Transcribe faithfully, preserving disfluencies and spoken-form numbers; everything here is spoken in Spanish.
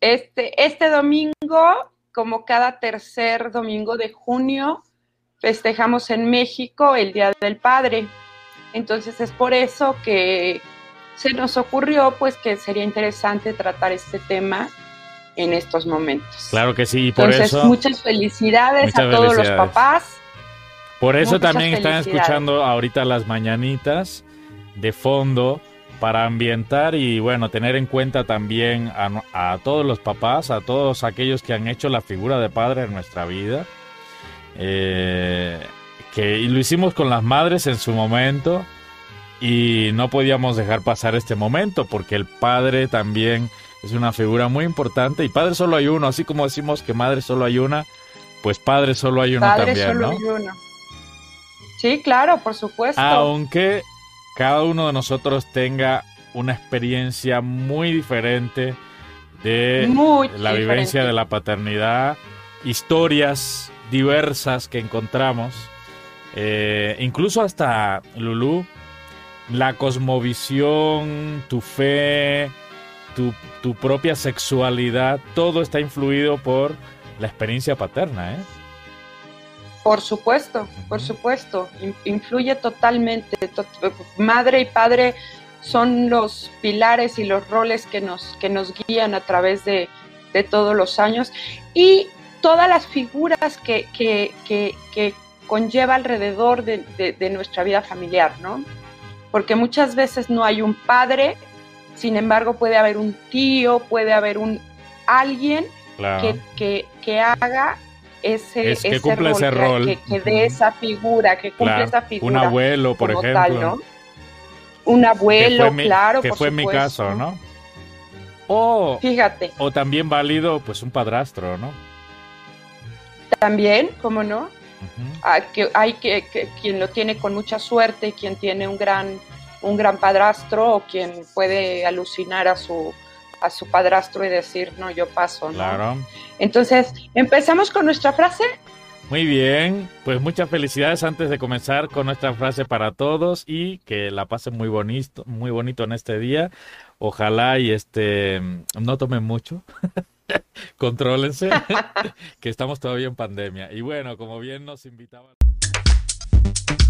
este, este domingo, como cada tercer domingo de junio, festejamos en México el Día del Padre. Entonces es por eso que se nos ocurrió pues que sería interesante tratar este tema en estos momentos. Claro que sí, y por Entonces, eso muchas felicidades muchas a todos felicidades. los papás. Por eso Muchas también están escuchando ahorita las mañanitas de fondo para ambientar y bueno, tener en cuenta también a, a todos los papás, a todos aquellos que han hecho la figura de padre en nuestra vida. Eh, que y lo hicimos con las madres en su momento y no podíamos dejar pasar este momento porque el padre también es una figura muy importante y padre solo hay uno, así como decimos que madre solo hay una, pues padre solo hay uno Padre también, solo ¿no? hay uno. Sí, claro, por supuesto. Aunque cada uno de nosotros tenga una experiencia muy diferente de Muy la vivencia diferente. de la paternidad, historias diversas que encontramos, eh, incluso hasta, Lulú, la cosmovisión, tu fe, tu, tu propia sexualidad, todo está influido por la experiencia paterna, ¿eh? Por supuesto, por supuesto, influye totalmente. Madre y padre son los pilares y los roles que nos, que nos guían a través de, de todos los años y todas las figuras que, que, que, que conlleva alrededor de, de, de nuestra vida familiar, ¿no? Porque muchas veces no hay un padre, sin embargo puede haber un tío, puede haber un alguien claro. que, que, que haga ese, es que ese cumple rol, ese rol, que, que dé esa figura, que cumple claro. esa figura. Un abuelo, por como ejemplo. Tal, ¿no? Un abuelo, mi, claro, que por fue supuesto. mi caso, ¿no? O, Fíjate. O también válido, pues un padrastro, ¿no? También, ¿cómo no? Uh-huh. Ah, que hay que, que quien lo tiene con mucha suerte, quien tiene un gran, un gran padrastro o quien puede alucinar a su a su padrastro y decir, no, yo paso, ¿no? Claro. Entonces, ¿empezamos con nuestra frase? Muy bien, pues muchas felicidades antes de comenzar con nuestra frase para todos y que la pasen muy bonito, muy bonito en este día. Ojalá y este no tomen mucho, contrólense, que estamos todavía en pandemia. Y bueno, como bien nos invitaba...